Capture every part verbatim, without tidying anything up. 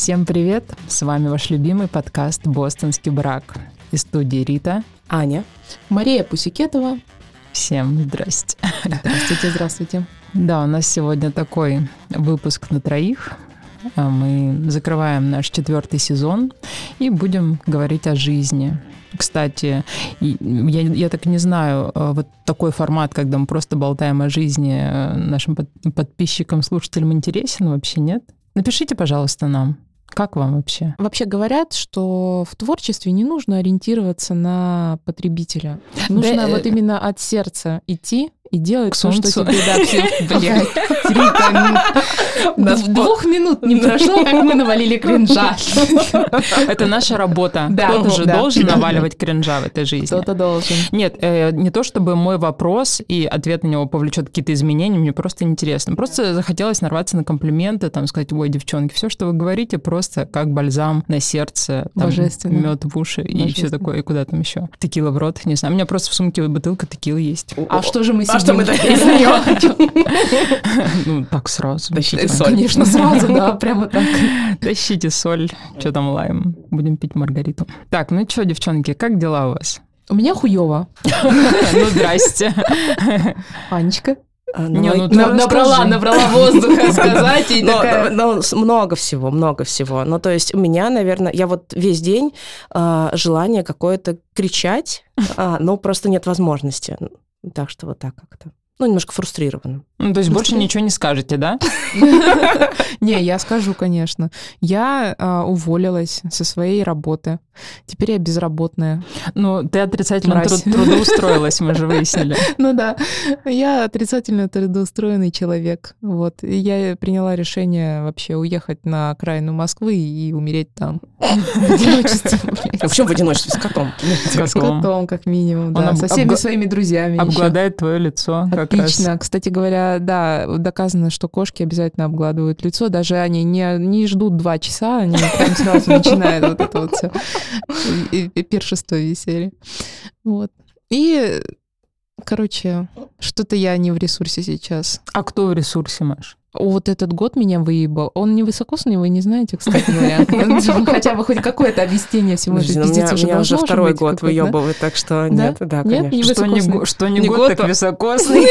Всем привет! С вами ваш любимый подкаст «Бостонский брак». Из студии Рита, Аня, Мария Пусикетова. Всем здрасте. Здравствуйте, здравствуйте. Да, у нас сегодня такой выпуск на троих. Мы закрываем наш четвертый сезон и будем говорить о жизни. Кстати, я, я так и не знаю, вот такой формат, когда мы просто болтаем о жизни, нашим подписчикам, слушателям интересен вообще, нет? Напишите, пожалуйста, нам. Как вам вообще? Вообще говорят, что в творчестве не нужно ориентироваться на потребителя. Нужно да, вот именно от сердца идти и делать то, что тебе да, блядь. Двух минут не прошло, как мы навалили кринжа. Это наша работа. Кто-то же должен наваливать кринжа в этой жизни. Кто-то должен. Нет, не то чтобы мой вопрос и ответ на него повлечет какие-то изменения, мне просто интересно. Просто захотелось нарваться на комплименты, там сказать: ой, девчонки, все, что вы говорите, просто как бальзам на сердце, мед в уши и все такое, и куда там еще. Текила в рот, не знаю. У меня просто в сумке бутылка текилы есть. А что же мы А что мы такие сидим? Ну, так сразу. Тащите соль. Конечно, сразу, да, прямо так. Тащите соль. Что там, лайм? Будем пить маргариту. Так, ну что, девчонки, как дела у вас? У меня хуёво. Ну, здрасте. Анечка? Ну, не, ну, на, набрала, набрала воздуха сказать и но, такая... Но, много всего, много всего. Ну, то есть у меня, наверное, я вот весь день э, желание какое-то кричать, э, но просто нет возможности. Так что вот так как-то. Ну, немножко фрустрировано. Ну, то есть больше ничего не скажете, да? Не, я скажу, конечно. Я а, уволилась со своей работы. Теперь я безработная. Ну, ты отрицательно труд, трудоустроилась, мы же выяснили. Ну да, я отрицательно трудоустроенный человек. Вот. И я приняла решение вообще уехать на окраину Москвы и умереть там. В одиночестве. А в чем в одиночестве? С котом? С котом, как минимум, да. Со всеми своими друзьями. Обгладает твое лицо. Отлично. Кстати говоря, да, доказано, что кошки обязательно обгладывают лицо. Даже они не, не ждут два часа, они прям сразу начинают вот это вот все. И, и пиршество веселье. Вот. И, короче, что-то я не в ресурсе сейчас. А кто в ресурсе, Маш? Вот этот год меня выебал. Он не высокосный, вы не знаете, кстати говоря. Хотя бы хоть какое-то объяснение всему этой пиздец уже меня уже второй год выебывает, так что нет, да, конечно. Что не год, так высокосный.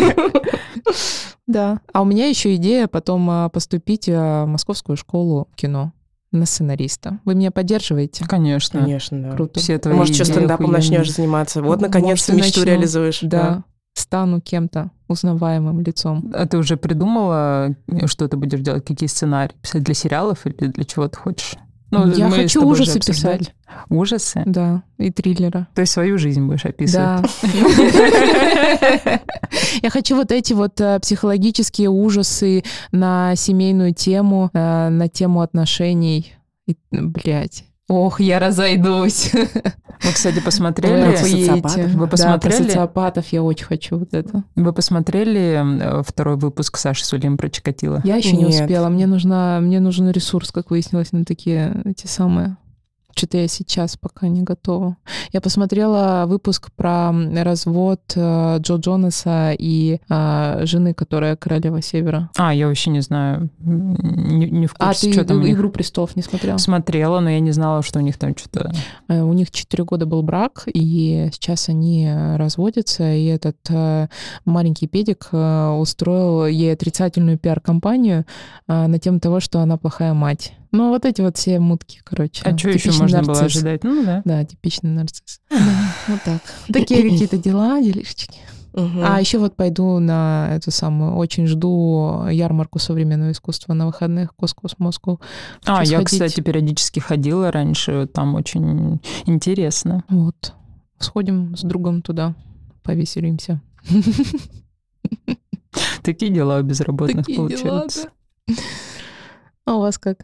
Да. А у меня еще идея потом поступить в Московскую школу кино на сценариста. Вы меня поддерживаете? Конечно. Конечно, да. Круто. Все твои Может, что идеи стендапом охуенные. начнешь заниматься. Вот, наконец-то, мечту начну. реализуешь. Да. да. Стану кем-то узнаваемым лицом. А ты уже придумала, что ты будешь делать? Какие сценарии? Писать для сериалов или для чего ты хочешь? Ну, я хочу ужасы писать. Ужасы? Да, и триллеры. То есть свою жизнь будешь описывать? Да. Я хочу вот эти вот психологические ужасы на семейную тему, на тему отношений. Блять. Ох, я разойдусь. Вы, кстати, посмотрели... Про социопатов. Вы посмотрели... Да, про социопатов я очень хочу вот это. Вы посмотрели второй выпуск Саши Сулим про Чикатило? Я еще не успела. Мне, нужна, мне нужен ресурс, как выяснилось, на такие эти самые... Что-то я сейчас пока не готова. Я посмотрела выпуск про развод Джо Джонаса и а, жены, которая королева Севера. А, я вообще не знаю. Не, не в курсе, а ты что там «Игру престолов» не смотрела? Смотрела, но я не знала, что у них там что-то... У них четыре года был брак, и сейчас они разводятся, и этот а, маленький педик а, устроил ей отрицательную пиар-компанию а, на тему того, что она плохая мать. Ну, вот эти вот все мутки, короче. А что еще можно нарцисс. было ожидать? Ну, да. Да, типичный нарцисс. Да, вот так. Такие какие-то дела, делишечки. Угу. А еще вот пойду на эту самую, очень жду ярмарку современного искусства на выходных, Кос-Кос Москву. А, я, кстати, периодически ходила раньше, там очень интересно. Вот. Сходим с другом туда, повеселимся. Такие дела у безработных получаются. А у вас как?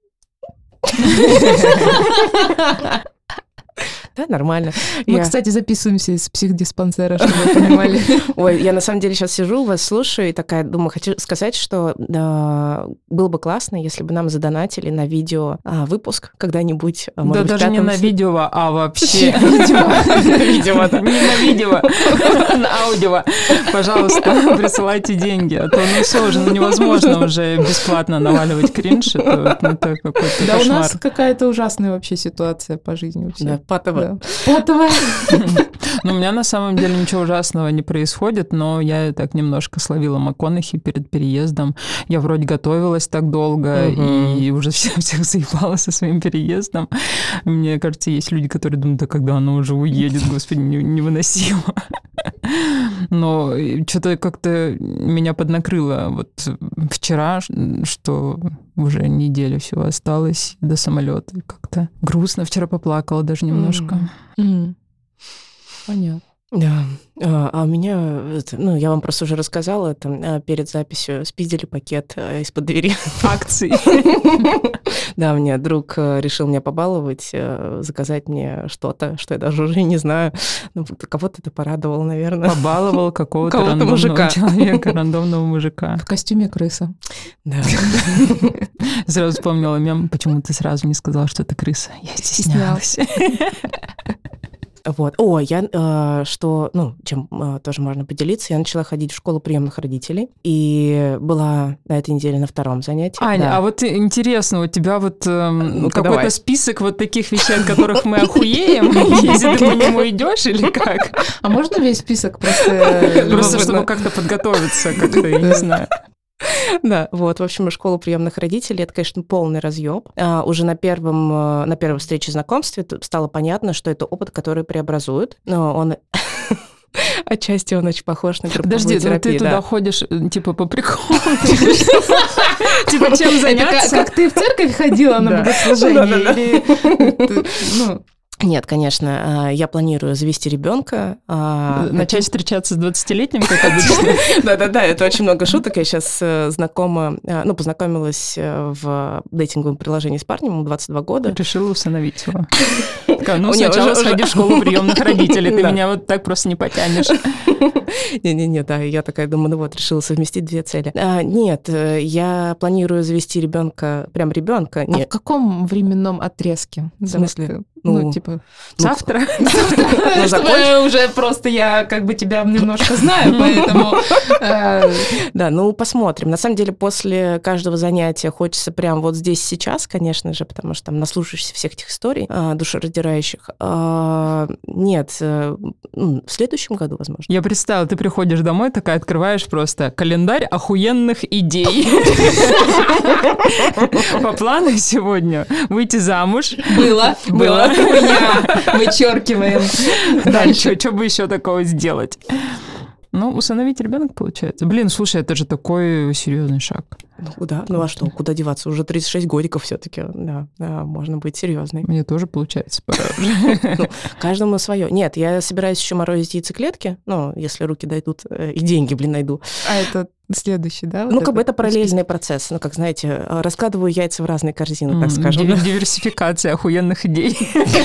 Да, нормально. Мы, я... кстати, записываемся из психдиспансера, чтобы вы понимали. Ой, я на самом деле сейчас сижу, вас слушаю и такая думаю, хочу сказать, что да, было бы классно, если бы нам задонатили на видео а, выпуск когда-нибудь. А, да быть, даже не на видео, а вообще. Видео, да. Не на видео, а Гаудева, пожалуйста, присылайте деньги. А то ну все уже ну, невозможно уже бесплатно наваливать кринж. Это, это какой-то Да, кошмар. у нас какая-то ужасная вообще ситуация по жизни. Да, патовая. Патовая. Ну, у меня на самом деле ничего ужасного не происходит, но я так немножко словила МакКонахи перед переездом. Я вроде готовилась так долго uh-huh. и уже всех, всех заебала со своим переездом. Мне кажется, есть люди, которые думают, да когда оно уже уедет, господи, невыносимо. Но что-то как-то меня поднакрыло вот вчера, что уже неделя всего осталось до самолета. Как-то грустно. Вчера поплакала даже немножко. Mm-hmm. Понятно. Да, а у меня, ну, я вам просто уже рассказала, там, перед записью спиздили пакет из-под двери акций. Да, мне друг решил меня побаловать, заказать мне что-то, что я даже уже не знаю. Ну, кого-то это порадовало, наверное. Побаловал какого-то рандомного мужика. человека, рандомного мужика. В костюме крыса. Да. Сразу вспомнила мем, почему ты сразу не сказала, что это крыса. Я стеснялась. Вот. О, я, э, что, ну, чем э, тоже можно поделиться, я начала ходить в школу приемных родителей, и была на этой неделе на втором занятии. Аня, да. а вот интересно, у тебя вот э, ну, какой-то давай. список вот таких вещей, от которых мы охуеем, если ты по нему идешь или как? А можно весь список просто... Просто чтобы как-то подготовиться, как-то, я не знаю. Да, вот, в общем, школа приемных родителей, это, конечно, полный разъеб. А, уже на, первом, на первой встрече знакомстве стало понятно, что это опыт, который преобразует. Но он... Отчасти он очень похож на групповую терапию. Подожди, терапию, ты да. туда ходишь, типа, по приколу? Типа, чем заняться? Как ты в церковь ходила на богослужение? Нет, конечно, я планирую завести ребенка. Начать встречаться с двадцатилетним, как обычно. Да-да-да, это очень много шуток. Я сейчас знакома, ну, познакомилась в дейтинговом приложении с парнем, ему двадцать два года. Решила усыновить его. Ну, сначала сходи в школу приемных родителей, ты меня вот так просто не потянешь. Не-не-не, да, я такая думаю, ну вот, решила совместить две цели. Нет, я планирую завести ребенка, прям ребенка. А в каком временном отрезке? В смысле? Ну, типа, завтра. Ну, закончим. Уже просто я как бы тебя немножко знаю, поэтому... Да, ну, посмотрим. На самом деле, после каждого занятия хочется прям вот здесь сейчас, конечно же, потому что там наслушаешься всех этих историй душераздирающих. Нет, в следующем году, возможно. Я представила, ты приходишь домой, такая открываешь просто календарь охуенных идей. По плану сегодня выйти замуж. Было. Было. Меня вычеркиваем. Дальше, что бы еще такого сделать? Ну, усыновить ребенка получается. Блин, слушай, это же такой серьезный шаг. Ну куда? Ну а что? Куда деваться? Уже тридцать шесть годиков все-таки. Да, да, можно быть серьезной. Мне тоже получается пора уже. Ну, каждому свое. Нет, я собираюсь еще морозить яйцеклетки. Ну, если руки дойдут, и деньги, блин, найду. А это следующий, да? Ну, как бы это параллельный процесс. Ну, как знаете, раскладываю яйца в разные корзины, так скажем. Диверсификация охуенных идей.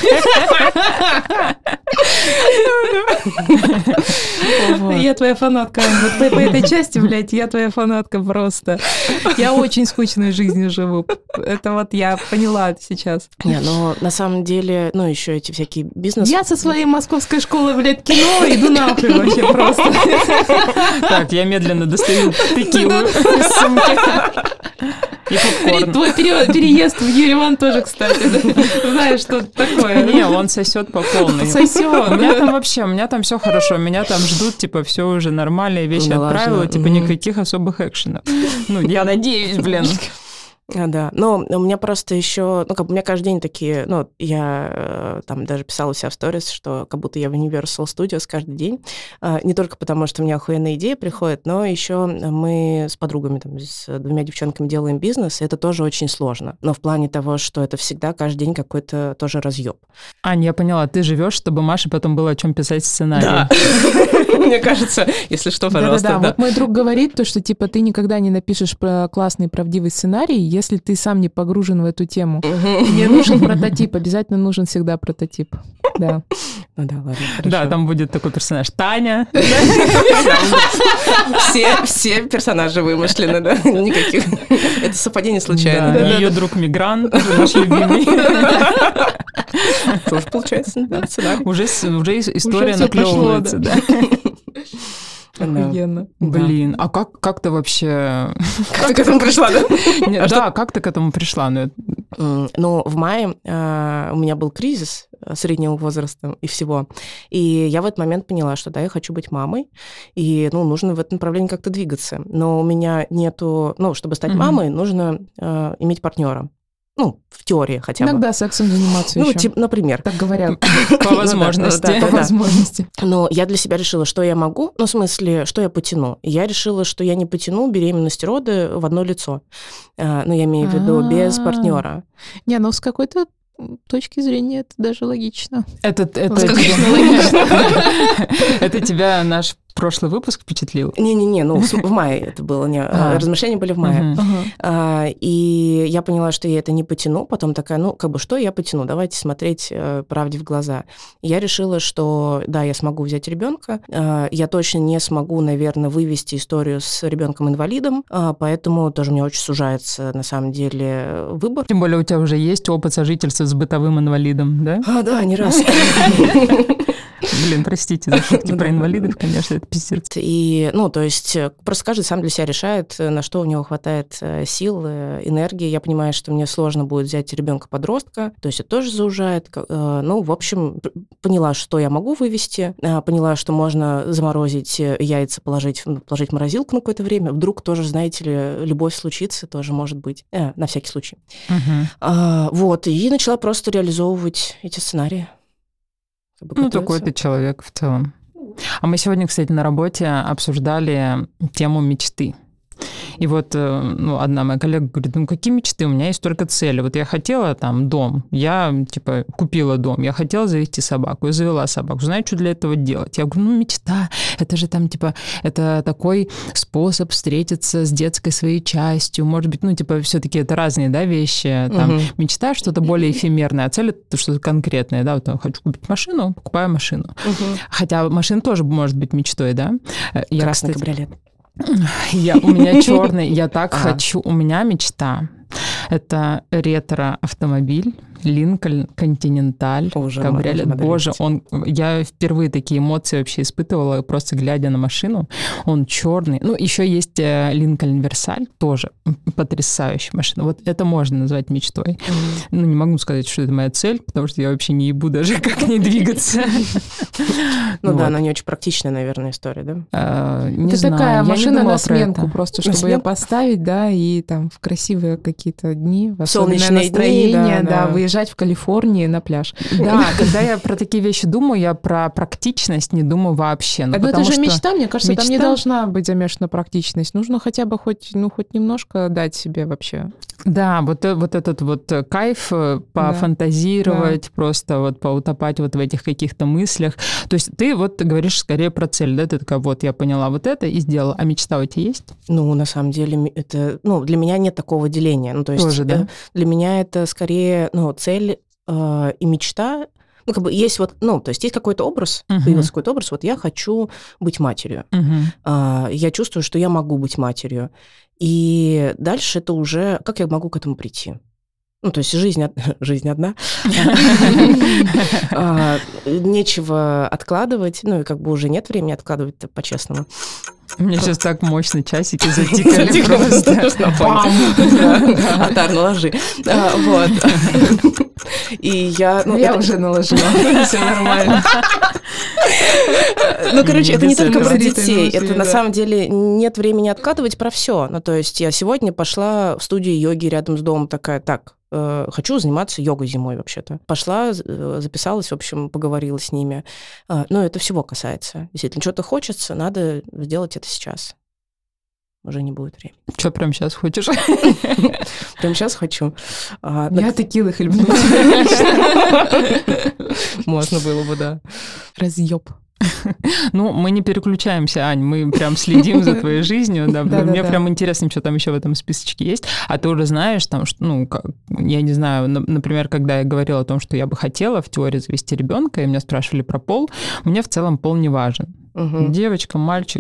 Я твоя фанатка. Вот по этой части, блядь, я твоя фанатка просто. Я очень скучной жизнью живу. Это вот я поняла сейчас. Не, но на самом деле, ну, еще эти всякие бизнесы. Я со своей московской школы, блядь, кино иду нахуй вообще просто. Так, я медленно достаю текилу из сумки. И попкорн. Твой переезд в Ереван тоже, кстати. Знаешь, что такое? Не, он сосет по полной. Сосет. У меня там вообще, у меня там все хорошо. Меня там ждут, типа, все уже нормальные вещи отправила, типа, никаких особых экшенов. Ну, я надеюсь, блин. Да, но у меня просто еще, ну, как бы у меня каждый день такие, ну, я там даже писала у себя в сторис, что как будто я в Universal Studios каждый день, не только потому, что у меня охуенные идеи приходят, но еще мы с подругами, там, с двумя девчонками делаем бизнес, и это тоже очень сложно, но в плане того, что это всегда каждый день какой-то тоже разъеб. Ань, я поняла, ты живешь, чтобы Маше потом было о чем писать сценарий. Да. Мне кажется, если что, пожалуйста. Да-да-да, вот мой друг говорит то, что, типа, ты никогда не напишешь классный правдивый сценарий, если ты сам не погружен в эту тему. Мне нужен прототип, обязательно нужен всегда прототип. Да. Ну да, ладно, хорошо. Да, там будет такой персонаж. Таня. Все, все персонажи вымышлены, да? Никаких. Это совпадение случайно. Да, ее друг мигрант, наш любимый. Тоже получается, да, сценарий. Уже, уже история наклевывается, да. Охуенно. Блин, а как, как ты вообще... Как ты к этому пришла, да? Да, как ты к этому пришла? Ну, в мае у меня был кризис среднего возраста и всего. И я в этот момент поняла, что да, я хочу быть мамой, и, ну, нужно в этом направлении как-то двигаться. Но у меня нету... Ну, чтобы стать мамой, нужно иметь партнера. Ну, в теории хотя бы. Иногда сексом заниматься ну, еще. Типа, например. Так говорят. По возможности. По возможности. Но я для себя решила, что я могу, ну, в смысле, что я потяну. И я решила, что я не потяну беременность, роды в одно лицо. Ну, я имею в виду без партнера. Не, ну, с какой-то точки зрения это даже логично. Это тебя наш прошлый выпуск впечатлил? Не-не-не, ну в мае это было, не, а. размышления были в мае. Uh-huh. А, и я поняла, что я это не потяну, потом такая, ну, как бы, что я потяну? Давайте смотреть э, правде в глаза. И я решила, что, да, я смогу взять ребенка, э, я точно не смогу, наверное, вывести историю с ребенком-инвалидом, э, поэтому тоже мне очень сужается, на самом деле, выбор. Тем более у тебя уже есть опыт сожительства с бытовым инвалидом, да? А, да, не раз. Блин, простите за шутки про инвалидов, конечно, это пиздец. И, ну, то есть просто каждый сам для себя решает, на что у него хватает сил, энергии. Я понимаю, что мне сложно будет взять ребенка-подростка, то есть это тоже заужает. Ну, в общем, поняла, что я могу вывести, поняла, что можно заморозить яйца, положить, положить в морозилку на какое-то время. Вдруг тоже, знаете ли, любовь случится, тоже может быть, э, на всякий случай. Угу. А, вот, и начала просто реализовывать эти сценарии. Ну, такой ты человек в целом. А мы сегодня, кстати, на работе обсуждали тему мечты. И вот ну, одна моя коллега говорит, ну какие мечты? У меня есть только цели. Вот я хотела там дом, я типа купила дом, я хотела завести собаку, я завела собаку. Знаете, что для этого делать? Я говорю, ну мечта, это же там типа, это такой способ встретиться с детской своей частью. Может быть, ну типа все-таки это разные, да, вещи. Там угу. Мечта что-то более эфемерное, а цель это что-то конкретное, да. Вот я хочу купить машину, покупаю машину. Угу. Хотя машина тоже может быть мечтой, да. Я, Красный кстати, кабриолет. Я, у меня черный, я так хочу, у меня мечта. Это ретро-автомобиль, Линкольн Континенталь, кабриолет. Боже, он, я впервые такие эмоции вообще испытывала, просто глядя на машину. Он черный. Ну, еще есть Линкольн Версаль, тоже потрясающая машина. Вот это можно назвать мечтой. Mm-hmm. Ну, не могу сказать, что это моя цель, потому что я вообще не ебу даже, как не двигаться. Ну да, она не очень практичная, наверное, история, да? Не знаю. Это такая машина на сменку, просто чтобы ее поставить, да, и там в красивые какие-то дни, в особенное настроение, да, выезжать в Калифорнии на пляж. Да, когда я про такие вещи думаю, я про практичность не думаю вообще. Ну, это же мечта, мне кажется, мечта... там не должна быть замешана практичность. Нужно хотя бы хоть, ну, хоть немножко дать себе вообще. Да, вот, вот этот вот кайф пофантазировать, да. Просто вот поутопать вот в этих каких-то мыслях. То есть ты вот говоришь скорее про цель, да? Ты такая, вот, я поняла вот это и сделала. А мечта у тебя есть? Ну, на самом деле, это, ну, для меня нет такого деления. Ну, то есть Тоже, да? Для меня это скорее, ну, цель э, и мечта. Ну, как бы есть вот, ну, то есть есть какой-то образ, uh-huh. появился какой-то образ, вот я хочу быть матерью. Uh-huh. Э, я чувствую, что я могу быть матерью. И дальше это уже, как я могу к этому прийти? Ну, то есть жизнь, жизнь одна. Нечего откладывать, ну, и как бы уже нет времени откладывать-то по-честному. У меня сейчас так мощно часики затикали просто. Бам! Атар, наложи. Вот. И я... Я уже наложила. Все нормально. Ну, короче, это не только про детей. Это на самом деле нет времени откладывать про все. Ну, то есть я сегодня пошла в студию йоги рядом с домом, такая, так, хочу заниматься йогой зимой вообще-то. Пошла, записалась, в общем, поговорила с ними. Но это всего касается. Действительно, что-то хочется, надо сделать это сейчас. Уже не будет времени. Что прямо сейчас хочешь? Прямо сейчас хочу. Я текилы хлебнуть. Можно было бы, да. Разъеб. Ну, мы не переключаемся, Ань, мы прям следим за твоей жизнью, да, да мне да, прям да. интересно, что там еще в этом списочке есть, а ты уже знаешь, там, что, ну, как, я не знаю, например, когда я говорила о том, что я бы хотела в теории завести ребенка, и меня спрашивали про пол, мне в целом пол не важен. Угу. Девочка, мальчик,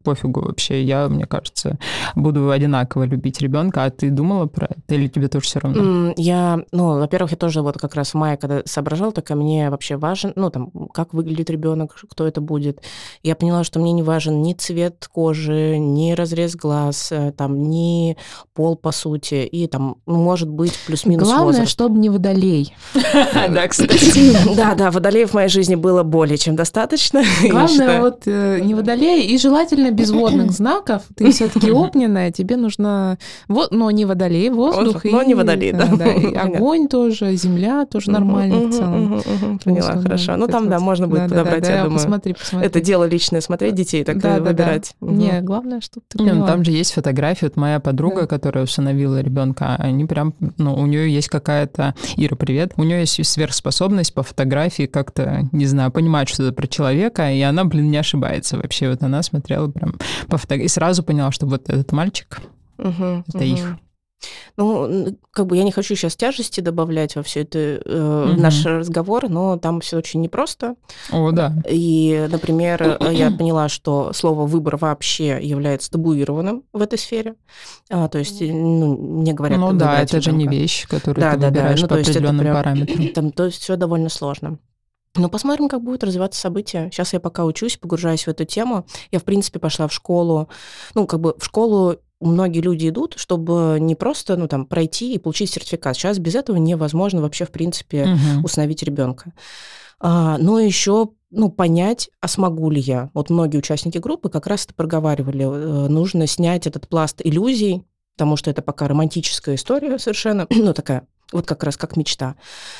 пофигу вообще. Я, мне кажется, буду одинаково любить ребенка. А ты думала про это или тебе тоже все равно? Я, ну, во-первых, я тоже вот как раз в мае, когда соображала, так мне вообще важен, ну, там, как выглядит ребенок, кто это будет. Я поняла, что мне не важен ни цвет кожи, ни разрез глаз, там, ни пол, по сути, и там, может быть, плюс-минус возраст. Главное, чтобы не водолей. Да, кстати. Да, да, водолеев в моей жизни было более чем достаточно. Главное, вот не водолей, и желательно без водных знаков. Ты все-таки огненная, тебе нужно, вот, но не водолей, воздух. Но не водолей, да. Огонь тоже, земля тоже нормально в целом. Поняла, хорошо. Ну, там, да, можно будет подобрать, я думаю. Посмотри, посмотри. Это дело личное, смотреть детей, так выбирать. Не, главное, чтобы ты Не, ну поняла. там же есть фотографии. Вот моя подруга, которая усыновила ребенка, они прям, ну, у нее есть какая-то... Ира, привет. У нее есть сверхспособность по фотографии как-то, не знаю, понимать что-то про человека, и она, блин, не ошибается вообще. Вот она смотрела прям по фотографии и сразу поняла, что вот этот мальчик, угу, это угу. их. Ну, как бы я не хочу сейчас тяжести добавлять во все это э, угу. наш разговор, но там все очень непросто. О, да. И, например, я поняла, что слово «выбор» вообще является табуированным в этой сфере. А, то есть, ну, мне говорят... Ну да, это же не вещь, которую да, ты да, выбираешь да. Ну, по определенным прям, параметрам. Там, то есть все довольно сложно. Ну, посмотрим, как будут развиваться события. Сейчас я пока учусь, погружаюсь в эту тему. Я, в принципе, пошла в школу. Ну, как бы в школу многие люди идут, чтобы не просто, ну, там, пройти и получить сертификат. Сейчас без этого невозможно вообще, в принципе, угу. усыновить ребенка. А, но еще, ну, понять, а смогу ли я. Вот многие участники группы как раз это проговаривали. Нужно снять этот пласт иллюзий, потому что это пока романтическая история совершенно, ну, такая, вот как раз как мечта.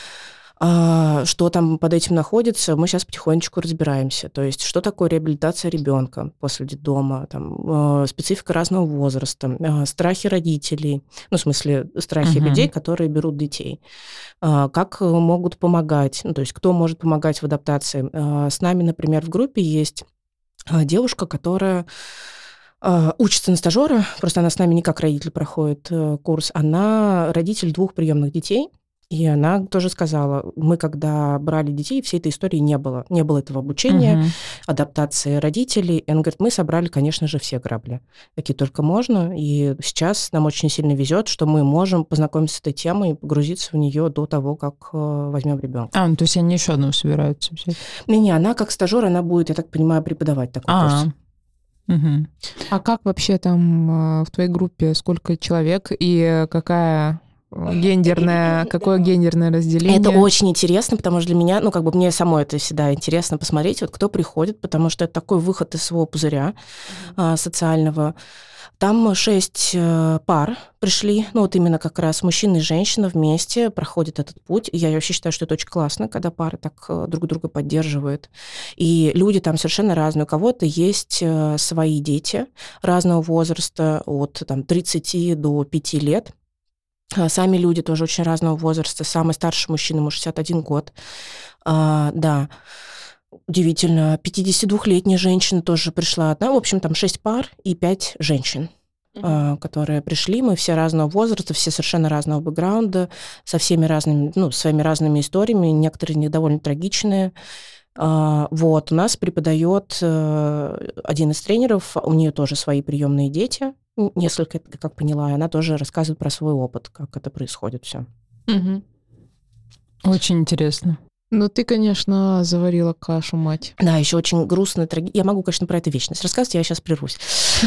А, что там под этим находится, мы сейчас потихонечку разбираемся. То есть, что такое реабилитация ребенка после детдома, там, э, специфика разного возраста, э, страхи родителей, ну, в смысле, страхи uh-huh. людей, которые берут детей, э, как могут помогать, ну, то есть, кто может помогать в адаптации. Э, с нами, например, в группе есть э, девушка, которая э, учится на стажера, просто она с нами не как родитель проходит э, курс, она родитель двух приемных детей. И она тоже сказала, мы когда брали детей, всей этой истории не было. Не было этого обучения, uh-huh. адаптации родителей. И она говорит, мы собрали, конечно же, все грабли, какие только можно. И сейчас нам очень сильно везет, что мы можем познакомиться с этой темой и погрузиться в нее до того, как возьмем ребенка. А, ну то есть они еще одну собираются взять? Не-не, она как стажер, она будет, я так понимаю, преподавать такой А-а. курс. Угу. А как вообще там в твоей группе, сколько человек и какая... Гендерное, какое гендерное разделение? Это очень интересно, потому что для меня, ну, как бы мне самой это всегда интересно посмотреть, вот кто приходит, потому что это такой выход из своего пузыря mm-hmm. а, социального. Там шесть э, пар пришли, ну, вот именно как раз мужчина и женщина вместе проходят этот путь. И я вообще считаю, что это очень классно, когда пары так э, друг друга поддерживают. И люди там совершенно разные. У кого-то есть э, свои дети разного возраста, от там, тридцати до пяти лет. Сами люди тоже очень разного возраста. Самый старший мужчина, ему шестьдесят один год. А, да, удивительно. пятидесятидвухлетняя женщина тоже пришла одна. В общем, там шесть пар и пять женщин, mm-hmm. а, которые пришли. Мы все разного возраста, все совершенно разного бэкграунда, со всеми разными, ну, своими разными историями. Некоторые из них довольно трагичные. А, вот, у нас преподает а, один из тренеров, у нее тоже свои приемные дети. Несколько, как поняла, и она тоже рассказывает про свой опыт, как это происходит все. Угу. Очень интересно. Ну, ты, конечно, заварила кашу, мать. Да, еще очень грустно, траги... Я могу, конечно, про это вечность рассказывать, я сейчас прервусь.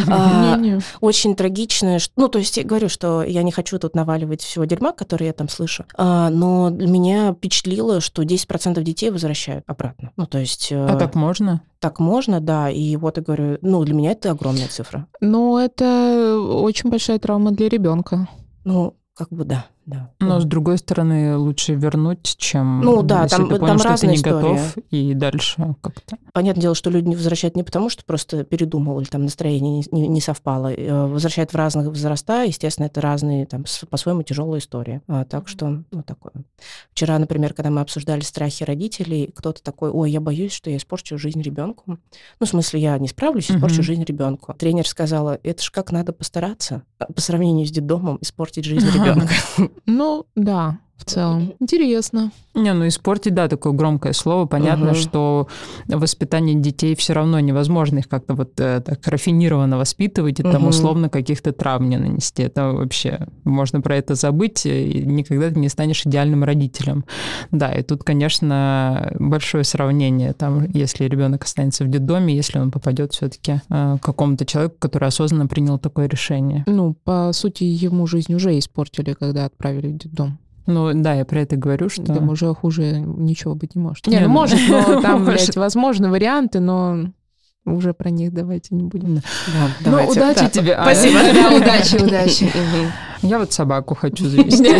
Очень трагичное. Ну, то есть я говорю, что я не хочу тут наваливать всего дерьма, которое я там слышу, но меня впечатлило, что десять процентов детей возвращают обратно. Ну, то есть... А так можно? Так можно, да. И вот я говорю, ну, для меня это огромная цифра. Ну, это очень большая травма для ребенка. Ну, как бы да. Да. Но, с другой стороны, лучше вернуть, чем ну, да, если там, ты понял, там что ты не история. готов, и дальше как-то. Понятное дело, что люди не возвращают не потому, что просто передумал, или там настроение не, не, не совпало. Возвращают в разных возраста, естественно, это разные, там, по-своему тяжелые истории. А, так что, ну, такое. Вчера, например, когда мы обсуждали страхи родителей, кто-то такой, ой, я боюсь, что я испорчу жизнь ребенку. Ну, в смысле, я не справлюсь, испорчу uh-huh. жизнь ребенку. Тренер сказала, это ж как надо постараться по сравнению с детдомом испортить жизнь ребенка. Ну, да. в целом. Интересно. Не, ну испортить, да, такое громкое слово. Понятно, uh-huh. что воспитание детей все равно невозможно их как-то вот э, так рафинированно воспитывать и uh-huh. там условно каких-то травм не нанести. Это вообще, можно про это забыть, и никогда ты не станешь идеальным родителем. Да, и тут, конечно, большое сравнение, там, если ребенок останется в детдоме, если он попадет все-таки э, к какому-то человеку, который осознанно принял такое решение. Ну, по сути, ему жизнь уже испортили, когда отправили в детдом. Ну, да, я про это говорю, что... Там уже хуже ничего быть не может. Не, ну, может, но там, блядь, возможны варианты, но уже про них давайте не будем. Да. Да, ну, удачи да, тебе. Спасибо. Да, удачи, удачи. Я вот собаку хочу завести.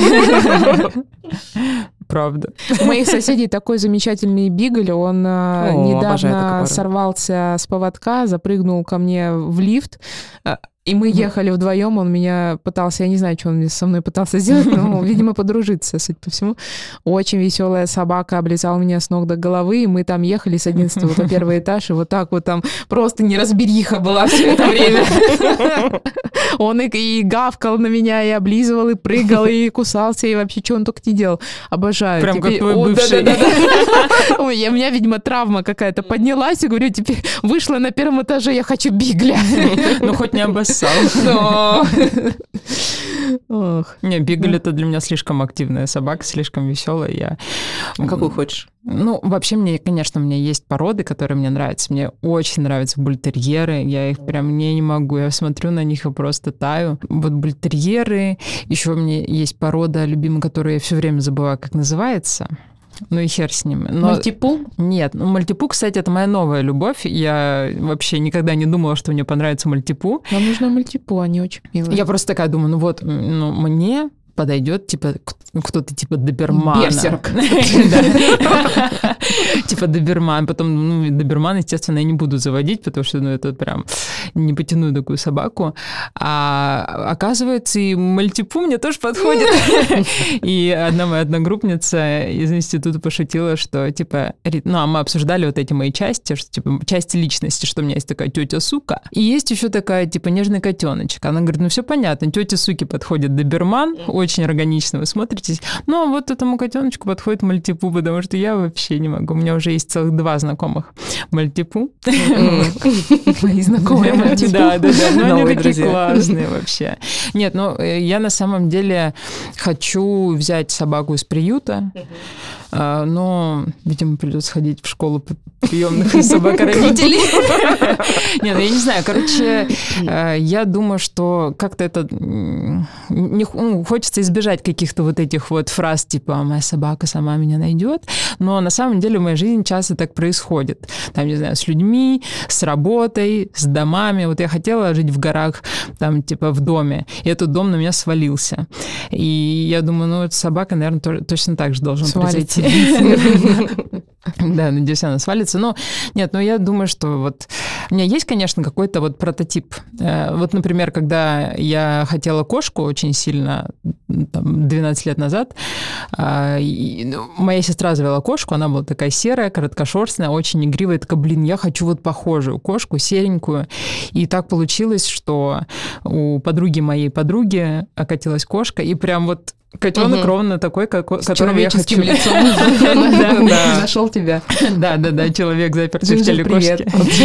Правда. У моих соседей такой замечательный бигль, он О, недавно сорвался с поводка, запрыгнул ко мне в лифт, и мы ехали вдвоем, он меня пытался, я не знаю, что он со мной пытался сделать, но, видимо, подружиться, судя по всему. Очень веселая собака облизала меня с ног до головы, и мы там ехали с одиннадцатого по первый этаж, и вот так вот там просто неразбериха была все это время. Он и, и гавкал на меня, и облизывал, и прыгал, и кусался, и вообще, что он только не делал. Обожаю. Прям теперь... как твой О, бывший. Да, да, да. Ой, у меня, видимо, травма какая-то поднялась, и говорю, теперь вышла на первом этаже, я хочу бигля. Ну, хоть не обоссал. Ох. Не, бигль это для меня слишком активная собака, слишком веселая. Я... А какую хочешь? Ну, вообще, мне, конечно, у меня есть породы, которые мне нравятся. Мне очень нравятся бультерьеры. Я их прям не, не могу. Я смотрю на них и просто таю. Вот бультерьеры. Еще у меня есть порода любимая, которую я все время забываю, как называется. Ну и хер с ним. Но... Мальтипу? Нет. Ну, мальтипу, кстати, это моя новая любовь. Я вообще никогда не думала, что мне понравится мальтипу. Нам нужна мальтипу, они очень милые. Я просто такая думаю, ну вот, ну, мне подойдет, типа, кто-то типа добермана. Берсерк. Типа доберман. Потом, ну, доберман, естественно, я не буду заводить, потому что, ну, это прям не потяну такую собаку. А оказывается, и мальтипу мне тоже подходит. И одна моя одногруппница из института пошутила, что, типа, ну, а мы обсуждали вот эти мои части, что, типа, части личности, что у меня есть такая тетя-сука, и есть еще такая, типа, нежный котеночек. Она говорит, ну, все понятно, тете-суке подходит доберман, очень органично вы смотритесь. Ну, а вот этому котеночку подходит мальтипу, потому что я вообще не могу. У меня уже есть целых два знакомых мальтипу. Мои знакомые мальтипу. Да, да, да. Ну, они такие классные вообще. Нет, ну, я на самом деле хочу взять собаку из приюта, но, видимо, придется ходить в школу приемных собак-родителей. Нет, ну, я не знаю. Короче, я думаю, что как-то это... Не, ну, хочется избежать каких-то вот этих вот фраз, типа «моя собака сама меня найдет», но на самом деле в моей жизни часто так происходит. Там, не знаю, с людьми, с работой, с домами. Вот я хотела жить в горах, там, типа, в доме, и этот дом на меня свалился. И я думаю, ну, эта собака, наверное, тоже, точно так же должна произойти. Да, надеюсь, она свалится. Но нет, ну я думаю, что вот у меня есть, конечно, какой-то вот прототип. Вот, например, когда я хотела кошку очень сильно, там, двенадцать лет назад, и, ну, моя сестра завела кошку, она была такая серая, короткошерстная, очень игривая, такая, блин, я хочу вот похожую кошку, серенькую. И так получилось, что у подруги моей подруги окатилась кошка, и прям вот котенок угу. ровно такой, как, которого я хочу. Лицом. Нашел тебя. Да, да, да, человек, запертый в теле кошки.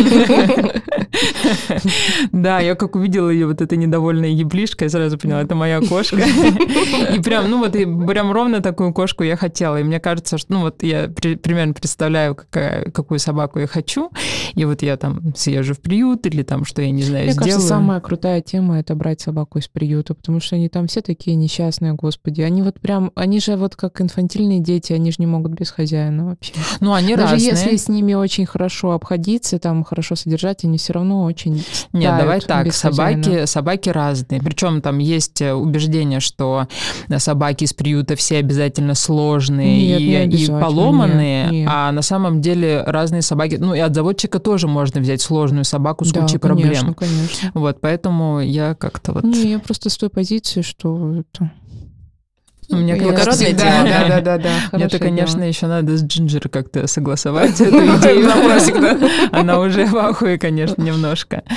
Да, я как увидела ее вот этой недовольной еблишкой, сразу поняла, это моя кошка. И прям, ну вот, прям ровно такую кошку я хотела. И мне кажется, что, ну вот, я примерно представляю, какую собаку я хочу. И вот я там съезжу в приют или там, что я не знаю, сделаю. Мне кажется, самая крутая тема — это брать собаку из приюта, потому что они там все такие несчастные, господи. Они вот прям, они же вот как инфантильные дети, они же не могут без хозяина вообще. Ну, они Даже разные. если с ними очень хорошо обходиться, там хорошо содержать, они все равно очень Нет, давай так, собаки, собаки разные. Причем там есть убеждение, что собаки из приюта все обязательно сложные нет, и, не и поломанные, нет, нет. А на самом деле разные собаки. Ну, и от заводчика тоже можно взять сложную собаку с да, кучей конечно, проблем. Конечно. Вот, поэтому я как-то вот... Не, я просто с той позиции, что... Это... У меня, конечно, да, да, да, да, да. Мне-то, конечно, дело. Еще надо с Джинджер как-то согласовать эту идею. Она уже в ахуе, конечно, немножко.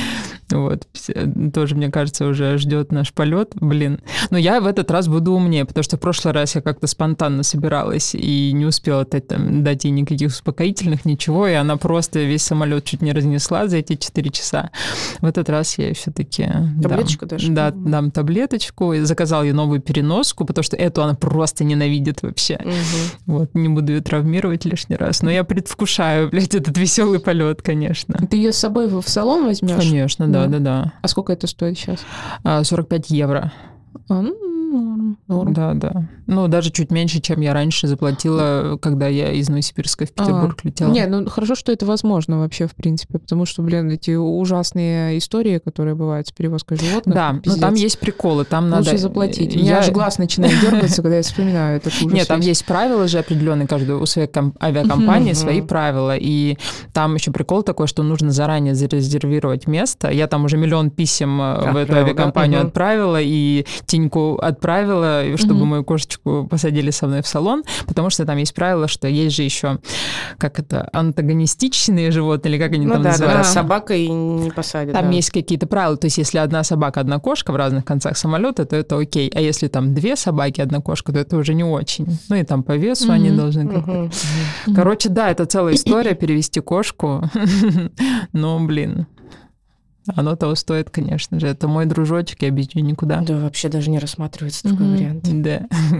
Вот, тоже, мне кажется, уже ждет наш полет, блин. Но я в этот раз буду умнее, потому что в прошлый раз я как-то спонтанно собиралась и не успела там, дать ей никаких успокоительных, ничего, и она просто весь самолет чуть не разнесла за эти четыре часа. В этот раз я все-таки таблеточку дам, дашь? Да, дам таблеточку, и заказал ей новую переноску, потому что эту она просто ненавидит вообще. Угу. Вот, не буду ее травмировать лишний раз, но я предвкушаю, блядь, этот веселый полет, конечно. Ты ее с собой в салон возьмешь? Конечно, да. Да, да, да. А сколько это стоит сейчас? сорок пять евро. А, ну, норм, норм. Да, да. Ну, даже чуть меньше, чем я раньше заплатила, когда я из Новосибирска в Петербург а, летела. Не, ну хорошо, что это возможно вообще, в принципе, потому что, блин, эти ужасные истории, которые бывают с перевозкой животных. Да, но там есть приколы, там Лучше надо... Лучше заплатить. У меня аж глаз начинает дергаться, когда я вспоминаю этот ужас. Нет, там есть правила же определенные, каждой у своей авиакомпании свои правила, и там еще прикол такой, что нужно заранее зарезервировать место. Я там уже миллион писем в эту авиакомпанию отправила, и Тиньку отправила, чтобы мою кошечку посадили со мной в салон, потому что там есть правило, что есть же еще, как это, антагонистичные животные, или как они ну, там да, называются. Да, собака и не посадят. Там да. есть какие-то правила, то есть если одна собака, одна кошка в разных концах самолета, то это окей, а если там две собаки, одна кошка, то это уже не очень. Ну и там по весу mm-hmm. они должны... Mm-hmm. Mm-hmm. Короче, да, это целая история, перевести кошку, но, блин... Оно того стоит, конечно же. Это мой дружочек, я без нее никуда. Да, вообще даже не рассматривается такой mm-hmm. вариант. Да.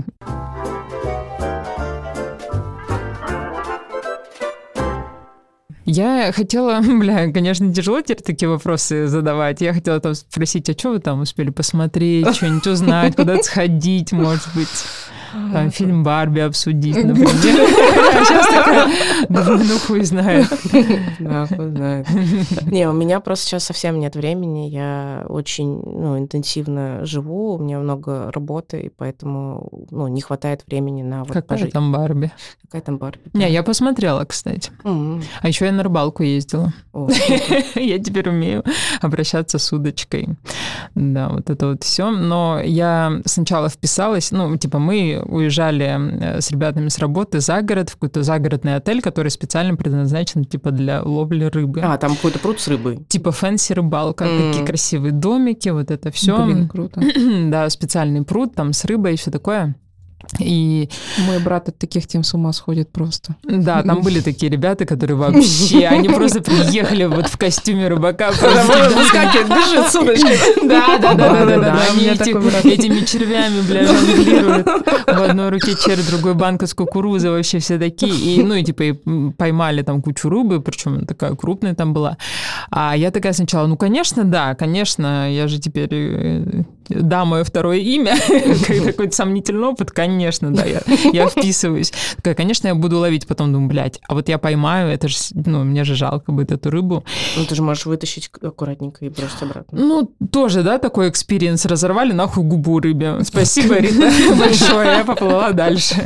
Я хотела, бля, конечно, тяжело теперь такие вопросы задавать. Я хотела там спросить, а что вы там успели посмотреть, что-нибудь узнать, куда-то сходить, может быть, там, фильм «Барби» обсудить, например. Сейчас такая, ну хуй знает. Да, хуй знает. Не, у меня просто сейчас совсем нет времени, я очень ну, интенсивно живу, у меня много работы, и поэтому ну, не хватает времени на вот Какая пожить. там «Барби»? Какая там «Барби»? Не, я посмотрела, кстати. Mm-hmm. А еще я на рыбалку ездила. Oh, я теперь умею обращаться с удочкой. Да, вот это вот все. Но я сначала вписалась, ну, типа мы уезжали с ребятами с работы за город, в какой-то загородный отель, который специально предназначен типа для ловли рыбы. А, там какой-то пруд с рыбой. Типа фэнси-рыбалка, mm. такие красивые домики, вот это все. Блин, круто. Да, специальный пруд, там с рыбой и все такое. И... Мой брат от таких тем с ума сходит просто. Да, там были такие ребята, которые вообще, они просто приехали вот в костюме рыбака. Выскакивает, бежит с удочкой. Да, да, да, да, да. Они этими червями, бля, жонглируют. В одной руке червь, в другой банка с кукурузой, вообще все такие. И, ну, и типа и поймали там кучу рыбы, причем такая крупная там была. А я такая сначала, ну, конечно, да, конечно, я же теперь... Да, мое второе имя, какой-то сомнительный опыт, конечно, да, я, я вписываюсь. Такая, конечно, я буду ловить, потом думаю, блядь, а вот я поймаю, это же, ну, мне же жалко будет эту рыбу. Ну, ты же можешь вытащить аккуратненько и бросить обратно. Ну, тоже, да, такой экспириенс, разорвали нахуй губу рыбе. Спасибо, Рита, большое, я поплыла дальше.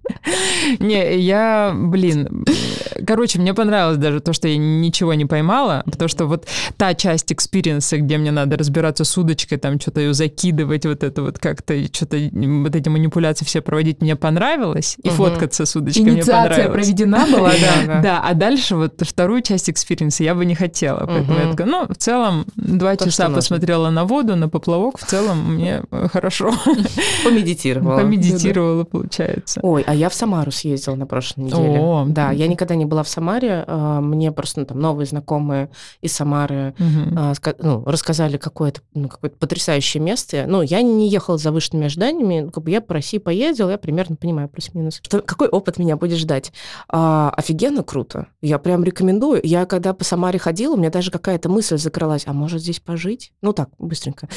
Не, я, блин, короче, мне понравилось даже то, что я ничего не поймала, потому что вот та часть экспириенса, где мне надо разбираться с удочкой, там что-то ее закинуть, кидывать вот это вот как-то, что-то, вот эти манипуляции все проводить мне понравилось, и угу. фоткаться с удочкой Инициация мне понравилось. Проведена была, да. Да, а дальше вот вторую часть экспириенса я бы не хотела, поэтому я такая, ну, в целом, два часа посмотрела на воду, на поплавок, в целом мне хорошо. Помедитировала. Помедитировала, получается. Ой, а я в Самару съездила на прошлой неделе. О, да, я никогда не была в Самаре, мне просто ну, там новые знакомые из Самары ну, рассказали какое-то ну, какое-то потрясающее место. Ну, я не ехала с завышенными ожиданиями, как бы я по России поездила, я примерно понимаю плюс-минус. Что, какой опыт меня будет ждать? А, офигенно круто. Я прям рекомендую. Я когда по Самаре ходила, у меня даже какая-то мысль закралась, а может здесь пожить? Ну так, быстренько.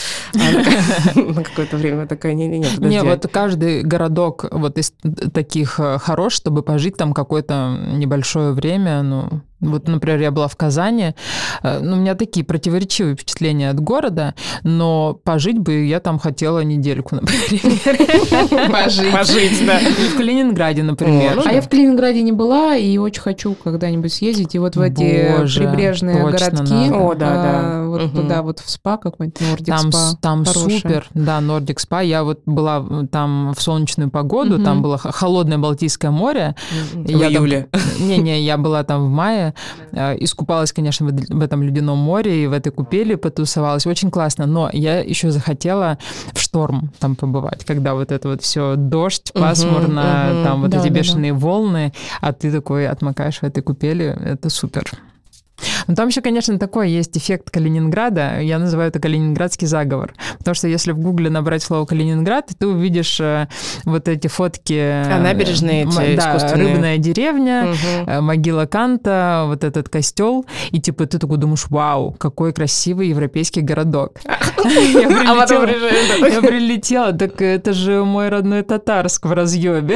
На какое-то время такая, не-не-не, подожди. Не, вот каждый городок вот из таких хорош, чтобы пожить там какое-то небольшое время, ну... Вот, например, я была в Казани, ну, у меня такие противоречивые впечатления от города, но пожить бы я там хотела недельку, например. Пожить. Пожить, да. В Калининграде, например. А я в Калининграде не была и очень хочу когда-нибудь съездить и вот в эти прибрежные городки. О, да, да. Вот туда вот в спа какой-нибудь, Нордик спа. Там супер, да, Нордик спа. Я вот была там в солнечную погоду, там было холодное Балтийское море. В июле. Не-не, я была там в мае. Калининграде. Искупалась, конечно, в этом ледяном море и в этой купели потусовалась. Очень классно. Но я еще захотела в шторм там побывать, когда вот это вот все дождь, пасмурно, uh-huh, uh-huh. там вот да, эти да, бешеные да. волны, а ты такой отмокаешь в этой купели. Это супер. Но там еще, конечно, такой есть эффект Калининграда. Я называю это калининградский заговор. Потому что если в Гугле набрать слово Калининград, ты увидишь вот эти фотки... А набережные эти да, искусственные. Рыбная деревня, угу. могила Канта, вот этот костел. И типа ты такой думаешь, вау, какой красивый европейский городок. Я прилетела, так это же мой родной Татарск в разъебе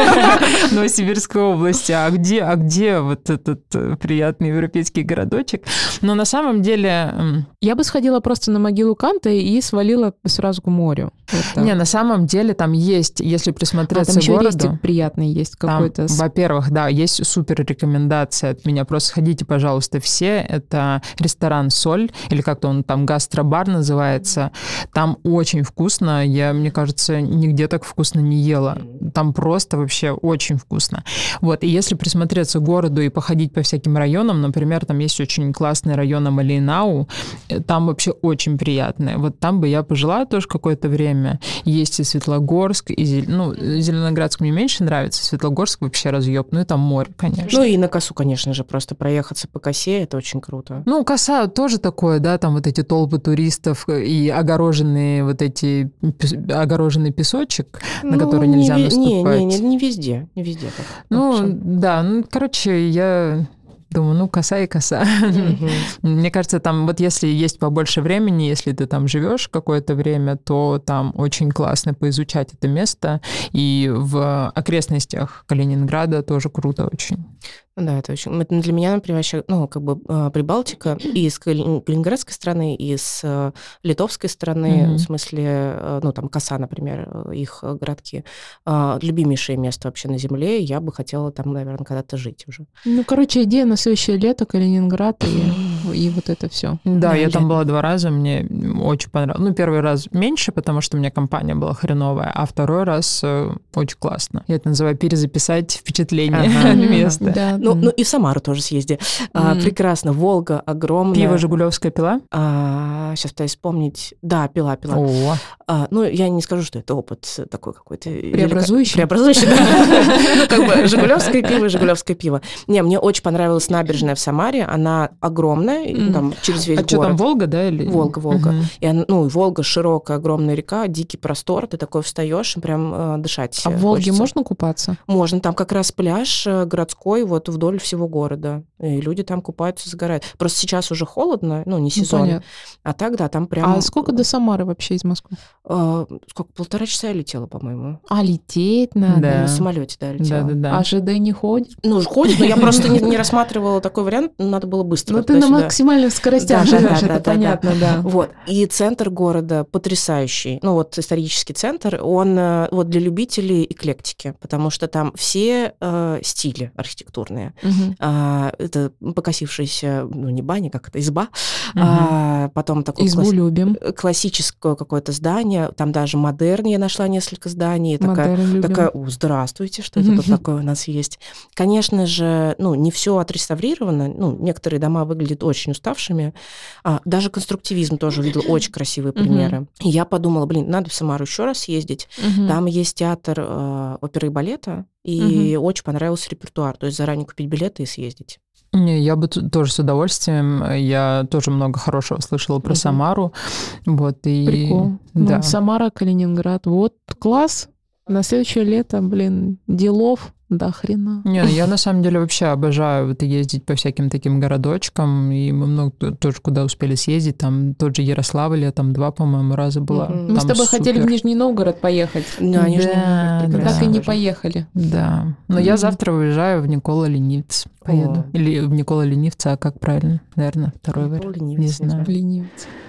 Новосибирской области. А где, а где вот этот приятный европейский городочек? Но на самом деле... Я бы сходила просто на могилу Канта и свалила сразу к морю. Вот не, на самом деле там есть, если присмотреться а, там к городу... рестик приятный есть какой-то. Там, во-первых, да, есть супер рекомендация от меня. Просто сходите, пожалуйста, все. Это ресторан «Соль», или как-то он там гастробар называется. Там очень вкусно. Я, мне кажется, нигде так вкусно не ела. Там просто вообще очень вкусно. Вот, и если присмотреться к городу и походить по всяким районам, например, там есть очень классный район Амалейнау, там вообще очень приятное. Вот там бы я пожила тоже какое-то время. Есть и Светлогорск, и Зел... ну, Зеленоградск мне меньше нравится, Светлогорск вообще разъеб, ну и там море, конечно. Ну и на Косу, конечно же, просто проехаться по Косе, это очень круто. Ну, Коса тоже такое, да, там вот эти толпы туристов и огороженные вот эти, огороженный песочек, ну, на который нельзя не, наступать. Не, не, не, не везде, не везде так. Ну, вообще. Да, ну, короче, я... Думаю, ну, коса и коса. Mm-hmm. Мне кажется, там вот если есть побольше времени, если ты там живешь какое-то время, то там очень классно поизучать это место. И в окрестностях Калининграда тоже круто очень. Да, это очень... Для меня, например, вообще, ну, как бы Прибалтика и с калининградской стороны, и с литовской стороны, mm-hmm. в смысле, ну, там, Коса, например, их городки, любимейшее место вообще на земле, я бы хотела там, наверное, когда-то жить уже. Ну, короче, идея на следующее лето, Калининград и, и вот это все. Да, да, я там была два раза, мне очень понравилось. Ну, первый раз меньше, потому что у меня компания была хреновая, а второй раз очень классно. Я это называю перезаписать впечатление ага. места. Да. Ну, ну и в Самару тоже съезди. Mm. А, прекрасно. Волга огромная. Пиво «Жигулевская» пила? А, сейчас пытаюсь вспомнить. Да, пила, пила. О. А, ну, я не скажу, что это опыт такой какой-то... Преобразующий? Преобразующий, да. Ну, как бы «Жигулевское пиво», «Жигулевское пиво». Не, мне очень понравилась набережная в Самаре. Она огромная, там, через весь город. А что там, Волга, да? Волга, Волга. И ну, Волга широкая, огромная река, дикий простор. Ты такой встаешь, прям дышать. А в Волге можно купаться? Можно. Там как раз пляж городской, вот вдоль всего города. И люди там купаются, загорают. Просто сейчас уже холодно, ну, не сезон. Ну, а так, да, там прям... А сколько до Самары вообще из Москвы? А, сколько? Полтора часа я летела, по-моему. А лететь надо? Да. На самолете, да, летела. Да, да, да. А ЖД не ходит? Ну, ходит, но я просто не, не рассматривала такой вариант, надо было быстро. Ну, ты на максимальных скоростях живешь, это понятно, да. Вот. И центр города потрясающий. Ну, вот исторический центр, он вот для любителей эклектики, потому что там все э, стили архитектурные. Угу. А, это покосившаяся, ну, не баня, как это, изба. Угу. А, потом такое Избу класс... любим. классическое какое-то здание. Там даже модерн я нашла несколько зданий. Такая, такая, о, здравствуйте, что это тут такое у нас есть. Конечно же, ну, не все отреставрировано. Ну, некоторые дома выглядят очень уставшими. А, даже конструктивизм тоже увидела очень красивые примеры. И я подумала, блин, надо в Самару еще раз съездить. Там есть театр э, оперы и балета, и очень понравился репертуар. То есть заранее купить билеты и съездить. Не, я бы тоже с удовольствием. Я тоже много хорошего слышала про uh-huh. Самару. Вот, и... Прикол. Да. Ну, Самара, Калининград. Вот класс. На следующее лето, блин, делов до хрена. Не, я на самом деле вообще обожаю вот ездить по всяким таким городочкам, и мы много тоже куда успели съездить, там тот же Ярославль, я там два, по-моему, раза была. Mm-hmm. Мы с тобой супер. хотели в Нижний Новгород поехать. Да, да, Нижний Новгород. Так да. и не поехали. Да. Но mm-hmm. я завтра уезжаю в Никола-Ленивец. Поеду. О. Или в Никола-Ленивца, а как правильно? Наверное, второй вариант. Не знаю. Ленивец.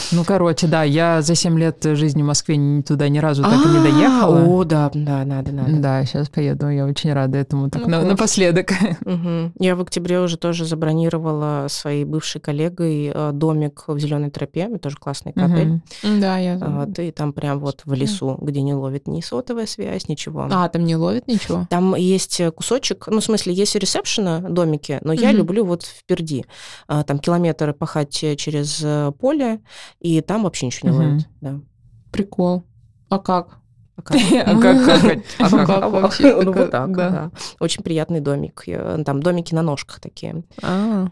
Ну, короче, да, я за семь лет жизни в Москве ни- туда ни разу так и не доехала. О, да, да, надо, надо. Да, сейчас поеду, я очень рада этому. Так, Ну, на- класс. напоследок. Мгм. Я в октябре уже тоже забронировала своей бывшей коллегой э, домик в Зеленой тропе. Это тоже классный отель. Мгм. Да, я... Вот, и там прям вот в лесу, где не ловит ни сотовая связь, ничего. А, там не ловит ничего? Там есть кусочек, ну, в смысле, есть у ресепшена домики, но я Мгм. люблю вот впереди. А, Там километр пахать через э, поле, и там вообще ничего не Мгм. ловит. Да. Прикол. А как? Пока. А как, как, а Ну, как? как вообще? Ну, Такая- вот так, да. да. Очень приятный домик. Э, Там домики на ножках такие. А,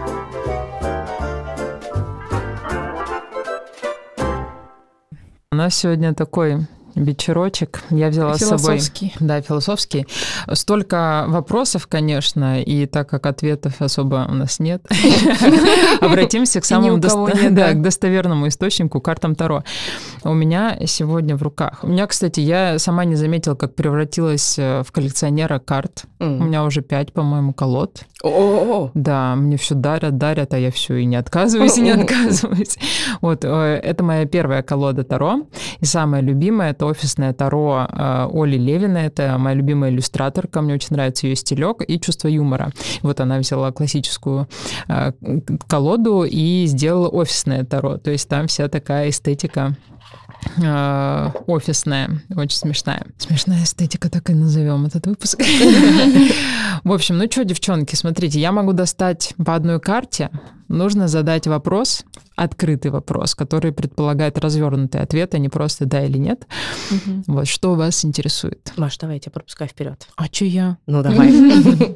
У нас сегодня такой вечерочек. Я взяла с собой... философский. Да, философский. Столько вопросов, конечно, и так как ответов особо у нас нет, обратимся к И ни самому у кого доста- нет, да, да. к достоверному источнику, картам Таро. У меня сегодня в руках. У меня, кстати, я сама не заметила, как превратилась э, в коллекционера карт. У меня уже пять, по-моему, колод. О, Да, мне все дарят, дарят, а я все и не отказываюсь, и не отказываюсь. Вот, э, это моя первая колода Таро. И самая любимая — это офисное Таро э, Оли Левиной. Это моя любимая иллюстраторка. Мне очень нравится ее стилек и чувство юмора. Вот она взяла классическую э, колоду и сделала офисное Таро. То есть там вся такая эстетика э, офисная, очень смешная. Смешная эстетика, так и назовем этот выпуск. В общем, ну что, девчонки, смотрите, я могу достать по одной карте. Нужно задать вопрос, открытый вопрос, который предполагает развернутый ответ, а не просто да или нет. Мгм. Вот что вас интересует. Маш, давай, я тебя пропускаю вперед. А чё я? Ну, давай.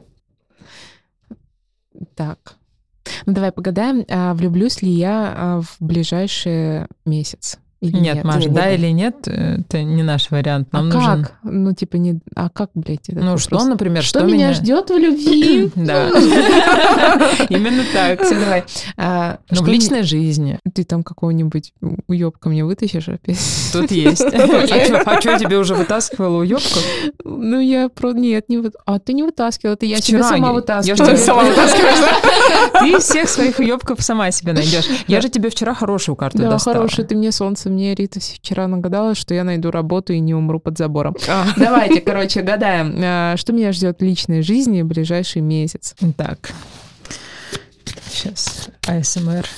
Так. Ну, давай погадаем, а влюблюсь ли я а, в ближайший месяц? Или Нет, нет? Маш, Нет, да нет. или нет, это не наш вариант. Нам а нужен... как? Ну, типа, не... А как, блядь, этот Ну, вопрос? что, например, Что, что меня ждет в любви? Да. Именно так. Все, давай. А, Ну, что в личной жизни мне- Ты там какого-нибудь уёбка мне вытащишь опять? тут есть. А что, я тебе уже вытаскивала уёбку? Ну, я про... Нет, не вот. А ты не вытаскивала, ты я Вчера тебя сама я- вытаскивала. я ж тебя сама вытаскиваешь. Ты всех своих уёбков сама себе найдешь. Я же тебе вчера хорошую карту Да, достала. хороший, ты мне солнце, мне Рита вчера нагадала, что я найду работу и не умру под забором. А. Давайте, короче, гадаем, а, что меня ждет в личной жизни в ближайший месяц. Так. Сейчас. А эс эм эр.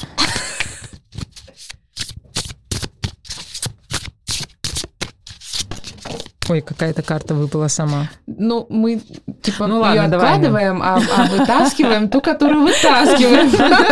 Ой, какая-то карта выпала сама. Ну, мы, типа, Ну её ладно, давай, откладываем, а, а вытаскиваем ту, которую вытаскиваем.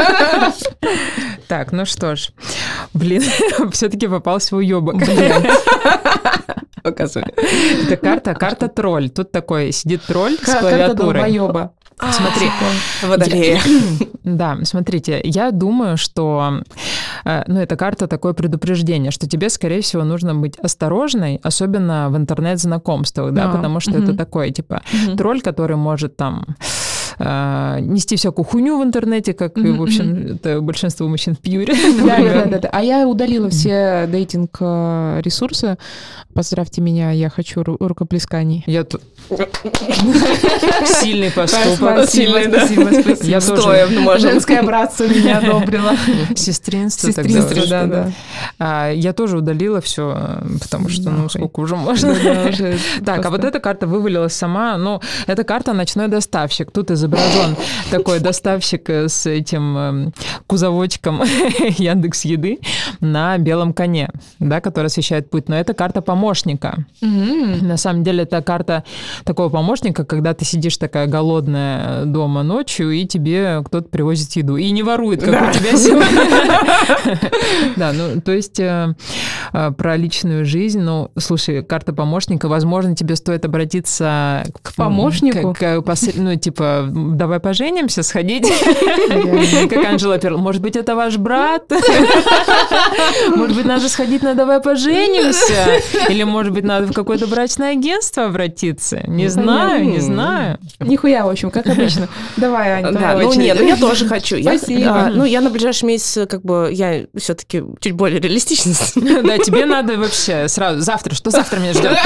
Так, ну что ж. Блин, все-таки попался уёбок. Показывай. Это карта, карта тролль. Тут такой сидит тролль с Карта клавиатурой. долбоёба. Смотри, Водолея. да, смотрите, я думаю, что, э, ну, эта карта такое предупреждение, что тебе, скорее всего, нужно быть осторожной, особенно в интернет-знакомствах, да, А, потому что мгм. это такой, типа, Мгм. тролль, который может там э, нести всякую хуйню в интернете, как, и, в Мгм, общем, это большинство мужчин в Пьюре. Да, да, да, да. А я удалила все дейтинг-ресурсы. Поздравьте меня, я хочу ру- рукоплесканий. Я тут... Сильный поступок. Спасибо, Сильный, да. спасибо, спасибо. Я тоже. Стоя можем. Женское братство меня одобрило. Сестринство. тогда Сестринство, уже. да, да. А, я тоже удалила все, потому что, ну, Нахуй. сколько уже можно. Да, уже Так, а просто- вот эта карта вывалилась сама. Ну, эта карта «Ночной доставщик». Тут изображен такой доставщик с этим эм, кузовочком Яндекс.Еды на белом коне, да, который освещает путь. Но это карта помощника. М. На самом деле это карта такого помощника, когда ты сидишь такая голодная дома ночью, и тебе кто-то привозит еду. И не ворует, как у тебя сегодня. Да, ну, то есть э, э, про личную жизнь, ну, слушай, карта помощника, возможно, тебе стоит обратиться к Помощнику? к- к посре- ну, типа, давай поженимся, сходить. Как Анжела Перл. Может быть, это ваш брат? Может быть, надо сходить на «давай поженимся»? Или, может быть, надо в какое-то брачное агентство обратиться? Не знаю, не знаю. Нихуя, в общем, как обычно. Давай, Аня, Да, твоя ну очередь. нет, ну я тоже хочу. Я- Спасибо. а, Ну, я на ближайший месяц, как бы, я меня все-таки чуть более реалистично. Да, тебе надо вообще сразу... Завтра, что завтра меня ждет?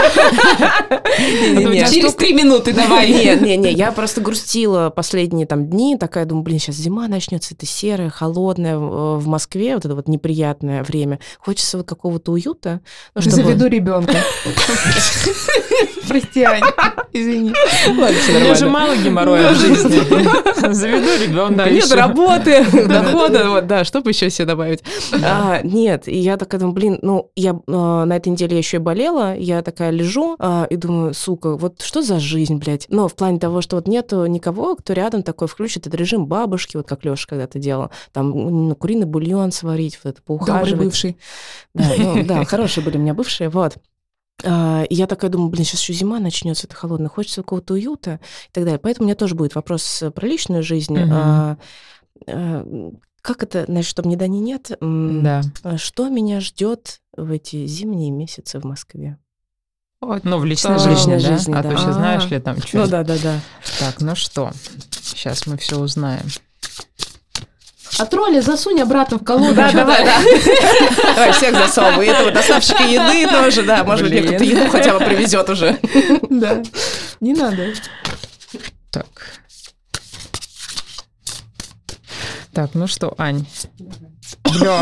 Через три минуты давай. Нет, нет, нет, я просто грустила последние там дни, такая, думаю, блин, сейчас зима начнется, это серое, холодное в Москве, вот это вот неприятное время. Хочется вот какого-то уюта. Ну, чтобы... Заведу ребенка. Прости, Ань, извини. Мне же мало геморроя в жизни. Заведу ребенка. Нет работы, дохода, вот, да, чтобы еще себе добавить. Нет, и я такая думаю, блин, ну, я на этой неделе еще и болела, я такая лежу и думаю, сука, вот что за жизнь, блядь? Но в плане того, что вот нету никого, кто рядом такой включит этот режим бабушки, вот как Лёша когда-то делал, там куриный бульон сварить, вот это поухаживать. Добрый бывший. Да, ну, да, хорошие были у меня бывшие, вот. И я такая думаю, блин, сейчас еще зима начнется, это холодно, хочется какого-то уюта и так далее. Поэтому у меня тоже будет вопрос про личную жизнь. Uh-huh. А, а, как это, знаешь, чтобы ни да, ни нет? Да. Что меня ждет в эти зимние месяцы в Москве? Вот, ну, в личной что? жизни, в да? жизни, А да. то еще знаешь ли там что? Ну да, да, да. Так, ну что, сейчас мы все узнаем. А тролля засунь обратно в колоду. Да, давай, да. Давай всех засовывай. И этого доставщика еды тоже, да. Может быть, мне кто-то еду хотя бы привезет уже. Да. Не надо. Так. Так, ну что, Ань? Бля.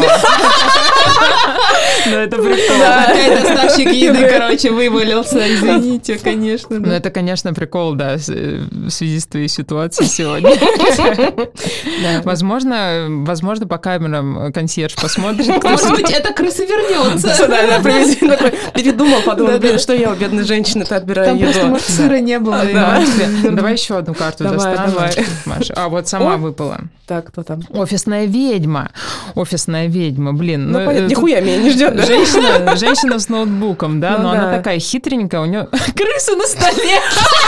Ну, это прикол. Опять доставщик еды, короче, вывалился. Извините, конечно. Ну, это, конечно, прикол, да, в связи с твоей ситуацией сегодня. Возможно, возможно, по камерам консьерж посмотрит. Может быть, эта крыса вернется. Да, да, передумал, подумал, блин, что я у бедной женщины-то отбираю еду. Там просто, может, сыра не было. Давай еще одну карту достану. Маша. А, вот сама выпала. Так, кто там? Офисная ведьма. Офисная ведьма, блин. Ну, ну понятно, нихуя меня не ждет, да? Женщина, женщина с ноутбуком, да, ну, но да. она такая хитренькая, у нее крыса на столе.